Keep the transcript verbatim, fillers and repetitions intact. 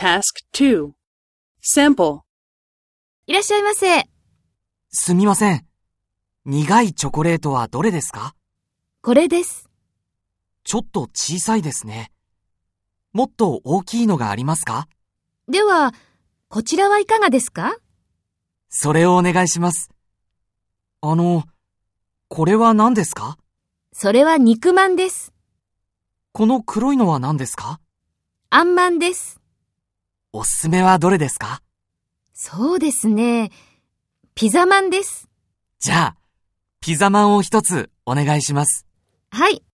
Task two. Sample. いらっしゃいませ。 すみません。苦いチョコレートはどれですか？ これです。 ちょっと小さいですね。もっと大きいのがありますか？ では、こちらはいかがですか？ それをお願いします。あの、これは何ですか？ それは肉まんです。 この黒いのは何ですか？ あんまんです。 おすすめはどれですか？ そうですね。ピザまんです。 じゃあ、ピザまんを一つお願いします。 はい。